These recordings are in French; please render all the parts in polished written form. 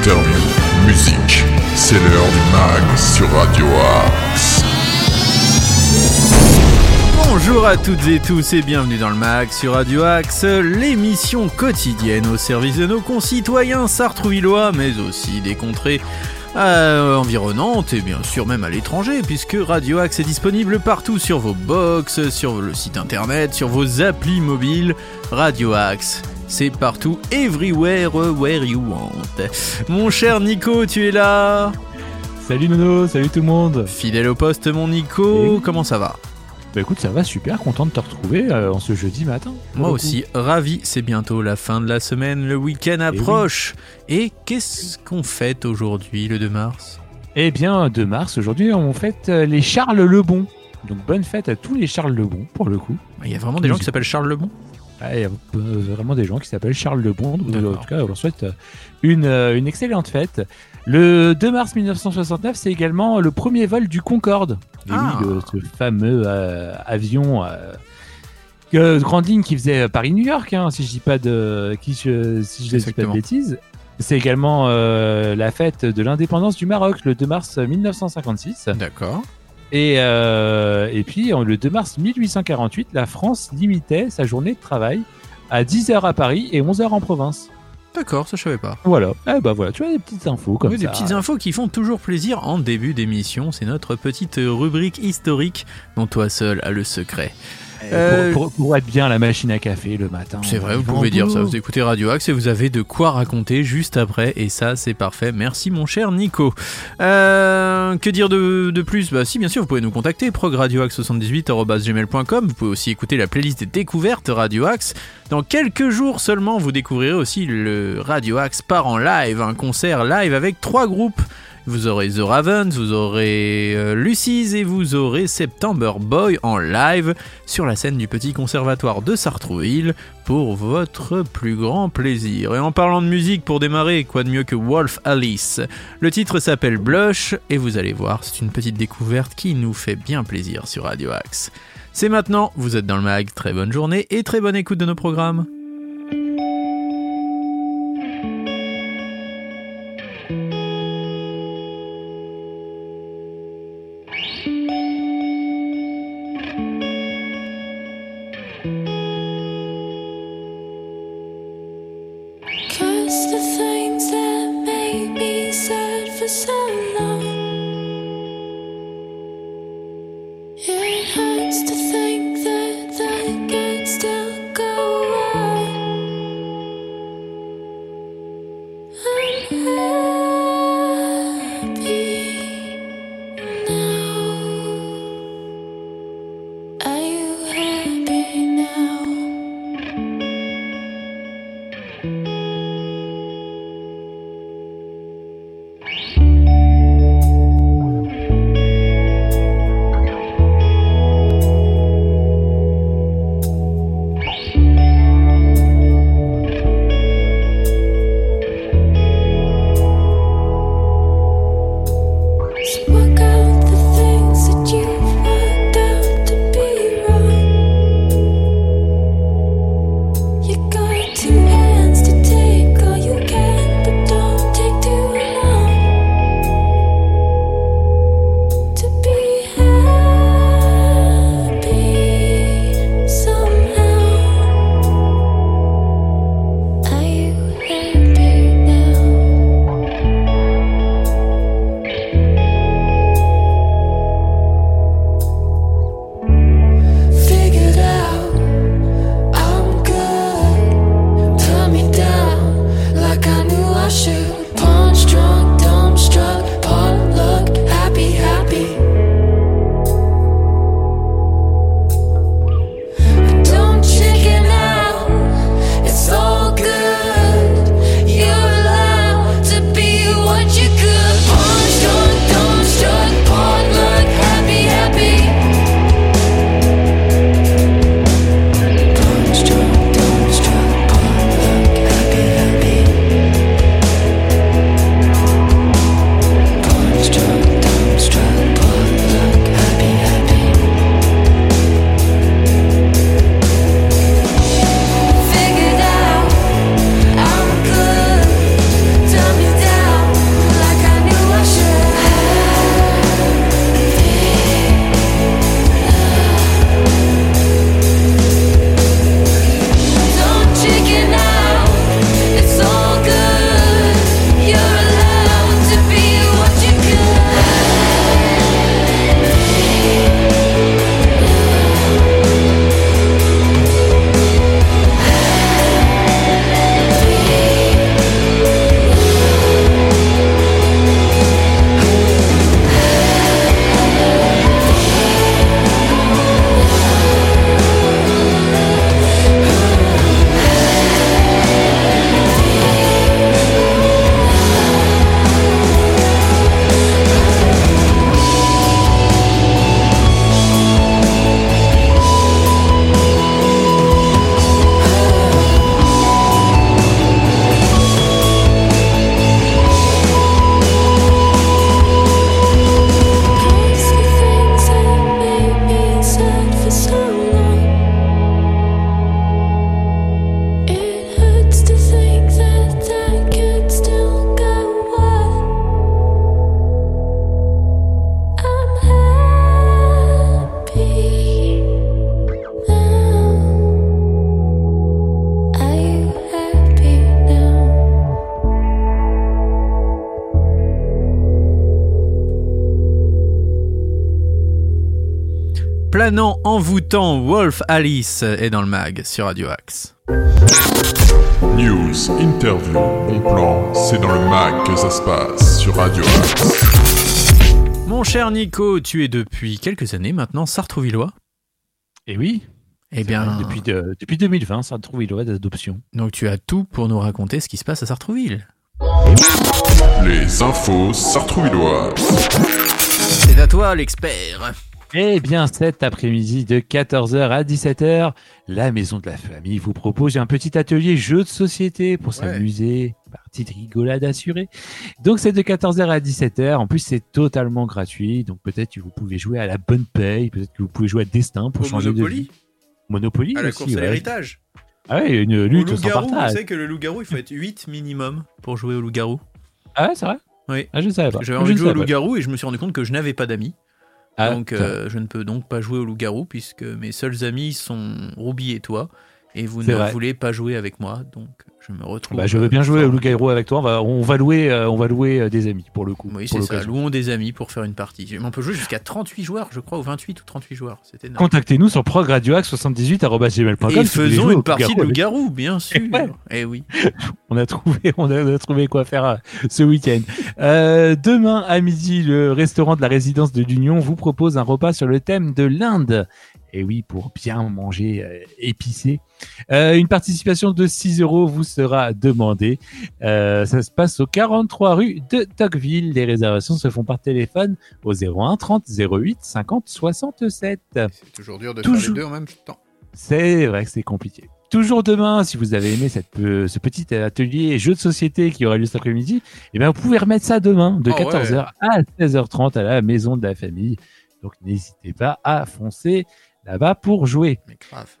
interviews, musique. C'est l'heure du mag sur Radio Axe. Bonjour à toutes et tous et bienvenue dans le mag sur Radio Axe, l'émission quotidienne au service de nos concitoyens sartrouvillois, mais aussi des contrées environnantes et bien sûr même à l'étranger, puisque Radio Axe est disponible partout sur vos box, sur le site internet, sur vos applis mobiles. Radio Axe, c'est partout, everywhere, where you want. Mon cher Nico, tu es là? Salut Nono, salut tout le monde. Fidèle au poste, mon Nico, comment ça va? Bah écoute, ça va super, content de te retrouver en ce jeudi matin. Moi aussi, ravi, c'est bientôt la fin de la semaine, le week-end approche. Et qu'est-ce qu'on fête aujourd'hui, le 2 mars? Eh bien, 2 mars, aujourd'hui, on fête les Charles Lebon. Donc bonne fête à tous les Charles Lebon, pour le coup. Il y a vraiment des gens qui s'appellent Charles Lebon? Il y a vraiment des gens qui s'appellent Charles Lebon. Donc, en tout cas, on leur souhaite une excellente fête. Le 2 mars 1969, c'est également le premier vol du Concorde. Et oui, ce fameux avion grande ligne qui faisait Paris-New York, si je dis pas de bêtises. C'est également la fête de l'indépendance du Maroc, le 2 mars 1956. D'accord. Et puis, le 2 mars 1848, la France limitait sa journée de travail à 10h à Paris et 11h en province. D'accord, ça je savais pas. Voilà, voilà, tu vois des petites infos comme ça. Des petites infos qui font toujours plaisir en début d'émission. C'est notre petite rubrique historique dont toi seul as le secret. Pour être bien à la machine à café le matin. C'est vrai, vous pouvez dire ça. Vous écoutez Radio Axe et vous avez de quoi raconter juste après. Et ça, c'est parfait. Merci, mon cher Nico. Que dire de plus? Bah si, bien sûr, vous pouvez nous contacter. progradioaxe78@gmail.com. Vous pouvez aussi écouter la playlist des découvertes Radio Axe. Dans quelques jours seulement, vous découvrirez aussi le Radio Axe part en live, un concert live avec 3 groupes. Vous aurez The Ravens, vous aurez Lucy's et vous aurez September Boy en live sur la scène du Petit Conservatoire de Sartrouville pour votre plus grand plaisir. Et en parlant de musique, pour démarrer, quoi de mieux que Wolf Alice? Le titre s'appelle Blush et vous allez voir, c'est une petite découverte qui nous fait bien plaisir sur Radio Axe. C'est maintenant, vous êtes dans le mag, très bonne journée et très bonne écoute de nos programmes. Planant, envoûtant, Wolf Alice est dans le mag sur Radio Axe. News, interview, bon plan, c'est dans le mag que ça se passe sur Radio Axe. Mon cher Nico, tu es depuis quelques années maintenant sartrouvillois. Et oui. Eh bien, depuis 2020, Sartrouville d'adoption. Donc tu as tout pour nous raconter ce qui se passe à Sartrouville. Les infos sartrouvilloises. C'est à toi l'expert. Eh bien, cet après-midi de 14h à 17h, la Maison de la Famille vous propose un petit atelier jeu de société pour s'amuser, partie de rigolade assurée. Donc c'est de 14h à 17h, en plus c'est totalement gratuit, donc peut-être que vous pouvez jouer à la bonne paye, peut-être que vous pouvez jouer à Destin pour changer de vie. Monopoly à la aussi, course à l'héritage. Ah ouais, une lutte sans loup-garou, partage. Vous savez que le loup-garou, il faut être 8 minimum pour jouer au loup-garou. Ah ouais, c'est vrai? Oui. Ah, je savais pas. J'avais envie de jouer au loup-garou et je me suis rendu compte que je n'avais pas d'amis. Donc ça. je ne peux donc pas jouer au loup-garou puisque mes seuls amis sont Roubi et toi. Et vous C'est ne vrai. voulez pas jouer avec moi, donc je me retrouve... Je veux bien jouer au loup-garou avec toi, on va louer des amis pour le coup. Oui, pour c'est ça, l'occasion. louons des amis pour faire une partie. On peut jouer jusqu'à 38 joueurs, je crois, ou 28 ou 38 joueurs. C'était énorme. Contactez-nous sur progradioax78@gmail.com. Et si vous voulez faisons jouer une au partie de loup-garou avec- loup-garou, bien sûr. Ouais. Eh oui. On a trouvé quoi faire ce week-end. Demain à midi, le restaurant de la résidence de l'Union vous propose un repas sur le thème de l'Inde. Et oui, pour bien manger épicé. Une participation de 6 € vous sera demandée. Ça se passe au 43 rue de Tocqueville. Les réservations se font par téléphone au 01 30 08 50 67. C'est toujours dur de Toujours. faire les deux en même temps. C'est vrai que c'est compliqué. Toujours demain, si vous avez aimé ce petit atelier jeu de société qui aura lieu cet après-midi, eh bien vous pouvez remettre ça demain de 14h à 16h30 à la Maison de la Famille. Donc n'hésitez pas à foncer là-bas pour jouer. Mais grave.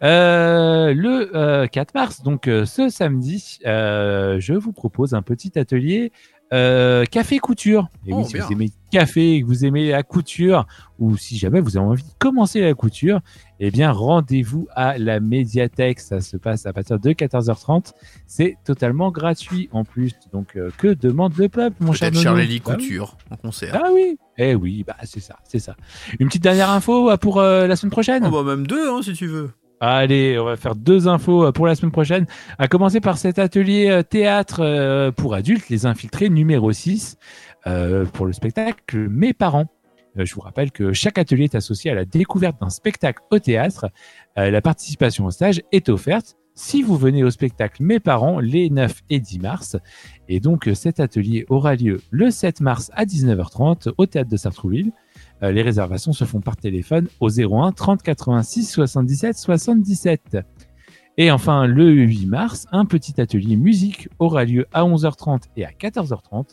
Le 4 mars, donc ce samedi, je vous propose un petit atelier café couture. Et oui, si bien. vous aimez le café et que vous aimez la couture, ou si jamais vous avez envie de commencer la couture, eh bien rendez-vous à la médiathèque. Ça se passe à partir de 14h30. C'est totalement gratuit en plus. Donc que demande le peuple, mon cher Peut-être Nono? Charlie Ah oui. Couture en concert. Ah oui, eh oui, bah c'est ça. Une petite dernière info pour la semaine prochaine. Oh bah même deux, hein, si tu veux. Allez, on va faire 2 infos pour la semaine prochaine. À commencer par cet atelier théâtre pour adultes, Les Infiltrés numéro 6, pour le spectacle Mes parents. Je vous rappelle que chaque atelier est associé à la découverte d'un spectacle au théâtre. La participation au stage est offerte si vous venez au spectacle Mes parents les 9 et 10 mars. Et donc cet atelier aura lieu le 7 mars à 19h30 au théâtre de Sartrouville. Les réservations se font par téléphone au 01 30 86 77 77. Et enfin, le 8 mars, un petit atelier musique aura lieu à 11h30 et à 14h30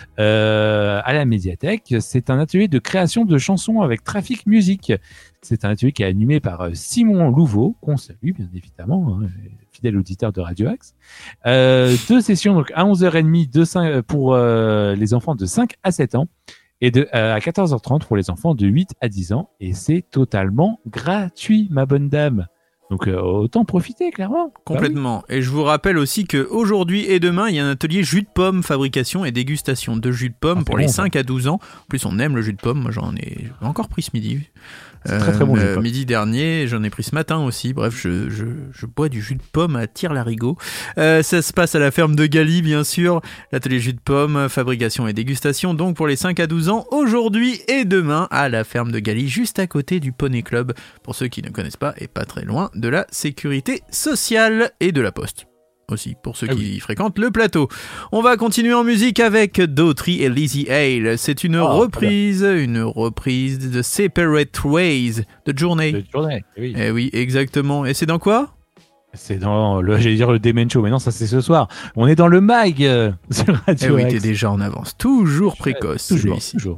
à la médiathèque. C'est un atelier de création de chansons avec Trafic Musique. C'est un atelier qui est animé par Simon Louveau, qu'on salue bien évidemment, hein, fidèle auditeur de Radio Axe. 2 sessions donc à 11h30 pour les enfants de 5 à 7 ans. Et à 14h30 pour les enfants de 8 à 10 ans. Et c'est totalement gratuit, ma bonne dame. Donc autant profiter, clairement. Complètement. Et je vous rappelle aussi qu'aujourd'hui et demain, il y a un atelier jus de pomme, fabrication et dégustation de jus de pomme pour les 5 à 12 ans. En plus, on aime le jus de pomme. Moi, j'en ai encore pris ce midi. C'est très très bon. Midi dernier, j'en ai pris ce matin aussi. Bref, je bois du jus de pomme à tire-larigot. Ça se passe à la ferme de Galie, bien sûr. L'atelier jus de pomme, fabrication et dégustation, donc pour les 5 à 12 ans, aujourd'hui et demain à la ferme de Galie, juste à côté du Poney Club, pour ceux qui ne connaissent pas, et pas très loin de la sécurité sociale et de la poste. Aussi, pour ceux qui fréquentent le plateau. On va continuer en musique avec Daughtry et Lizzie Hale. C'est une reprise de Separate Ways de Journey. De Journey, oui. Eh oui, exactement. Et c'est dans quoi ? C'est dans le Demen Show, mais non, ça c'est ce soir. On est dans le mag sur Radio Eh oui, Axe. t'es déjà en avance. Toujours précoce. Toujours.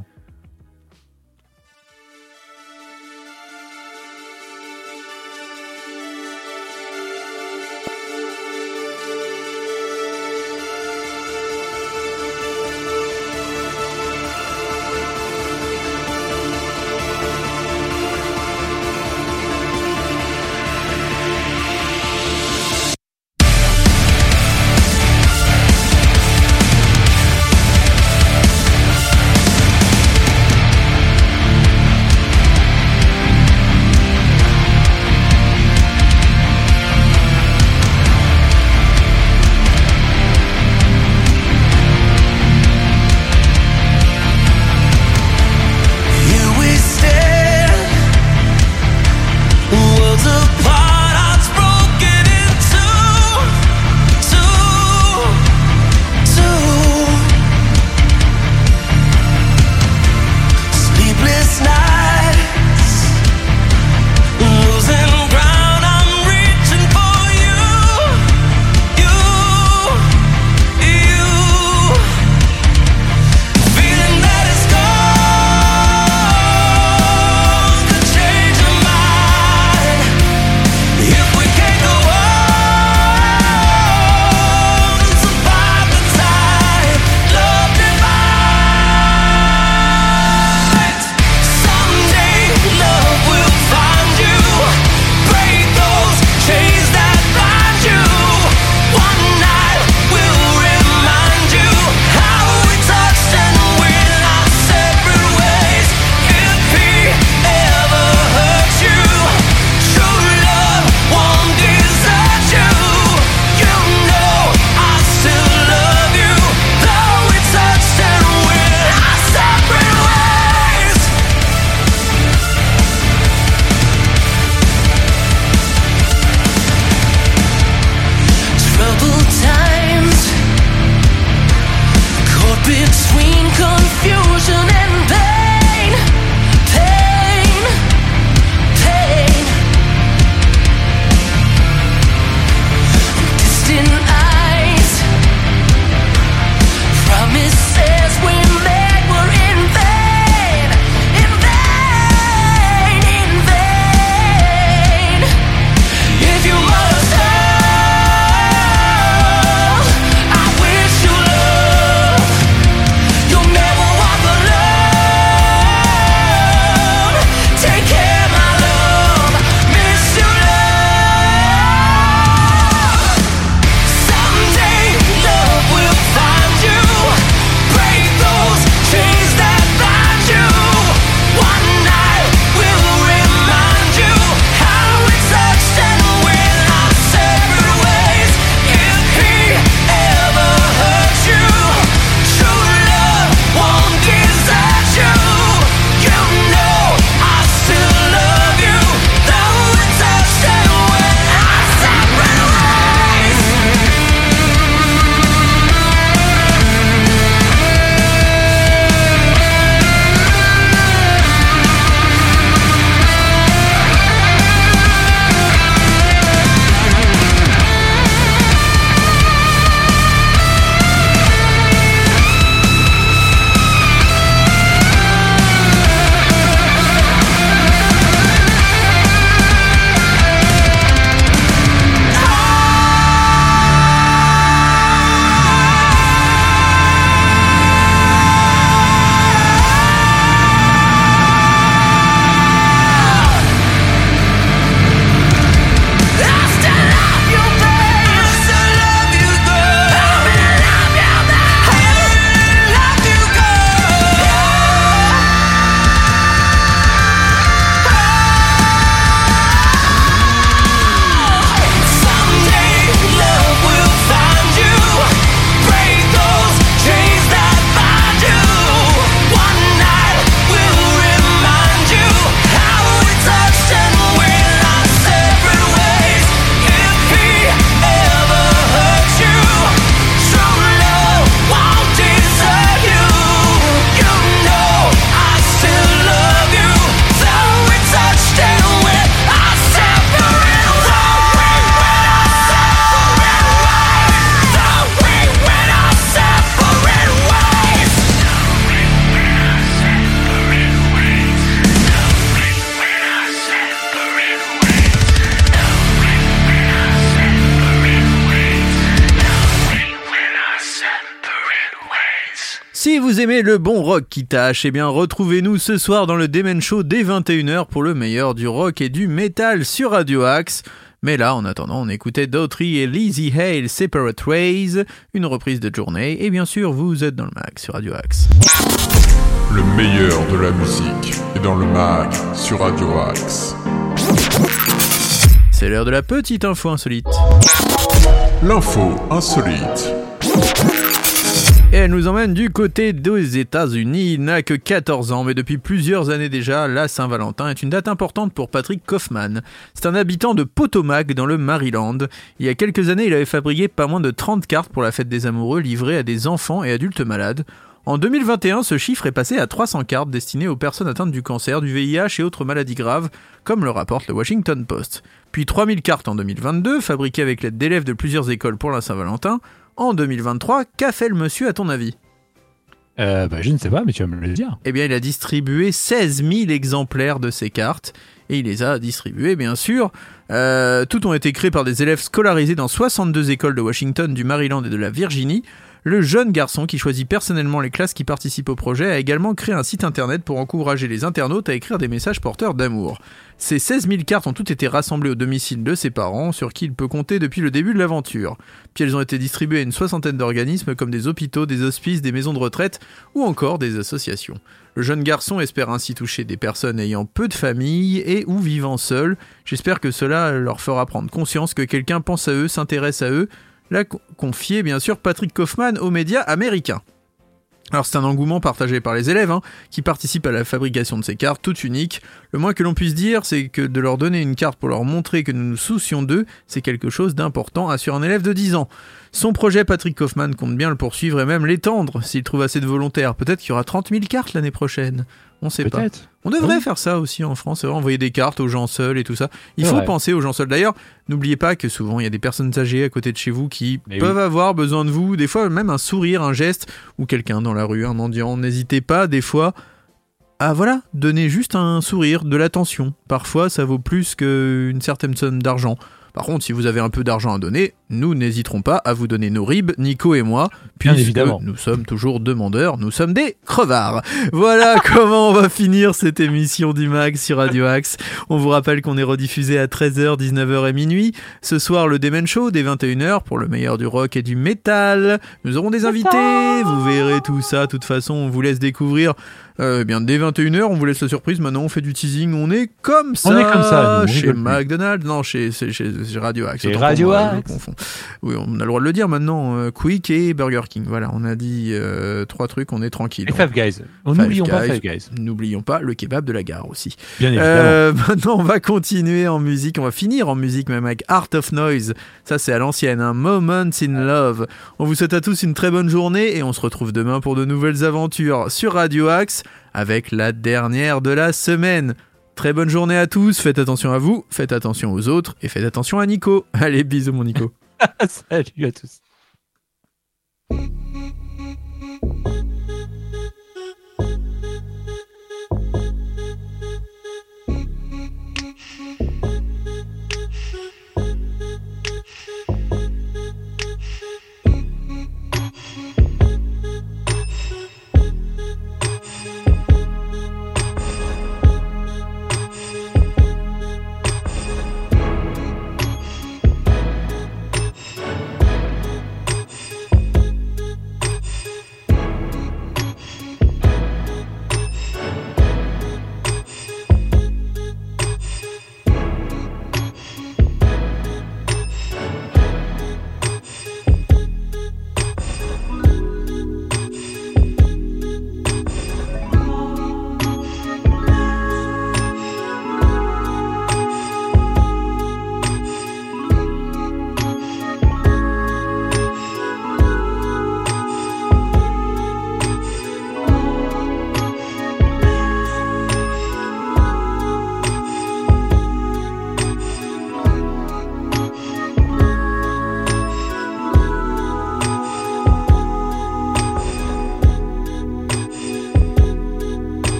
Si vous aimez le bon rock qui tâche, eh bien retrouvez-nous ce soir dans le Demen Show dès 21h pour le meilleur du rock et du métal sur Radio Axe. Mais là, en attendant, on écoutait Daughtry et Lizzie Hale, Separate Ways, une reprise de Journey, et bien sûr, vous êtes dans le mag sur Radio Axe. Le meilleur de la musique est dans le mag sur Radio Axe. C'est l'heure de la petite info insolite. L'info insolite. Et elle nous emmène du côté des États-Unis. Il n'a que 14 ans, mais depuis plusieurs années déjà, la Saint-Valentin est une date importante pour Patrick Kaufman. C'est un habitant de Potomac dans le Maryland. Il y a quelques années, il avait fabriqué pas moins de 30 cartes pour la fête des amoureux livrées à des enfants et adultes malades. En 2021, ce chiffre est passé à 300 cartes destinées aux personnes atteintes du cancer, du VIH et autres maladies graves, comme le rapporte le Washington Post. Puis 3000 cartes en 2022, fabriquées avec l'aide d'élèves de plusieurs écoles pour la Saint-Valentin. En 2023, qu'a fait le monsieur à ton avis ? Je ne sais pas, mais tu vas me le dire. Eh bien, il a distribué 16 000 exemplaires de ces cartes, et il les a distribués, bien sûr. Toutes ont été créées par des élèves scolarisés dans 62 écoles de Washington, du Maryland et de la Virginie. Le jeune garçon qui choisit personnellement les classes qui participent au projet a également créé un site internet pour encourager les internautes à écrire des messages porteurs d'amour. Ces 16 000 cartes ont toutes été rassemblées au domicile de ses parents, sur qui il peut compter depuis le début de l'aventure. Puis elles ont été distribuées à une soixantaine d'organismes comme des hôpitaux, des hospices, des maisons de retraite ou encore des associations. Le jeune garçon espère ainsi toucher des personnes ayant peu de famille et ou vivant seuls. J'espère que cela leur fera prendre conscience que quelqu'un pense à eux, s'intéresse à eux, l'a confié bien sûr Patrick Kaufman aux médias américains. Alors c'est un engouement partagé par les élèves qui participent à la fabrication de ces cartes toutes uniques. Le moins que l'on puisse dire, c'est que de leur donner une carte pour leur montrer que nous nous soucions d'eux, c'est quelque chose d'important, assure un élève de 10 ans. Son projet, Patrick Kaufman compte bien le poursuivre et même l'étendre s'il trouve assez de volontaires. Peut-être qu'il y aura 30 000 cartes l'année prochaine. On sait pas. On devrait faire ça aussi en France, c'est vrai, envoyer des cartes aux gens seuls et tout ça. Il faut penser aux gens seuls. D'ailleurs, n'oubliez pas que souvent il y a des personnes âgées à côté de chez vous qui peuvent avoir besoin de vous. Des fois même un sourire, un geste, ou quelqu'un dans la rue, un mendiant. N'hésitez pas des fois à donner juste un sourire, de l'attention. Parfois ça vaut plus qu'une certaine somme d'argent. Par contre, si vous avez un peu d'argent à donner, nous n'hésiterons pas à vous donner nos ribs, Nico et moi, puisque nous sommes toujours demandeurs, nous sommes des crevards. Voilà comment on va finir cette émission du Mag sur Radio Axe. On vous rappelle qu'on est rediffusé à 13h, 19h et minuit. Ce soir, le Demen Show dès 21h pour le meilleur du rock et du métal. Nous aurons des invités, vous verrez tout ça. De toute façon, on vous laisse découvrir bien dès 21h, on vous laisse la surprise. Maintenant, on fait du teasing. On est comme ça, nous, chez McDonald's, non, chez Radio Axe. Chez Radio Axe. Oui, on a le droit de le dire maintenant. Quick et Burger King. Voilà, on a dit 3 trucs, on est tranquille. Et Five Guys. N'oublions pas Five Guys. N'oublions pas le kebab de la gare aussi. Bien évidemment. Maintenant, on va continuer en musique. On va finir en musique même avec Art of Noise. Ça, c'est à l'ancienne. Moments in Love. On vous souhaite à tous une très bonne journée et on se retrouve demain pour de nouvelles aventures sur Radio Axe avec la dernière de la semaine. Très bonne journée à tous. Faites attention à vous, faites attention aux autres et faites attention à Nico. Allez, bisous mon Nico. Salut à tous.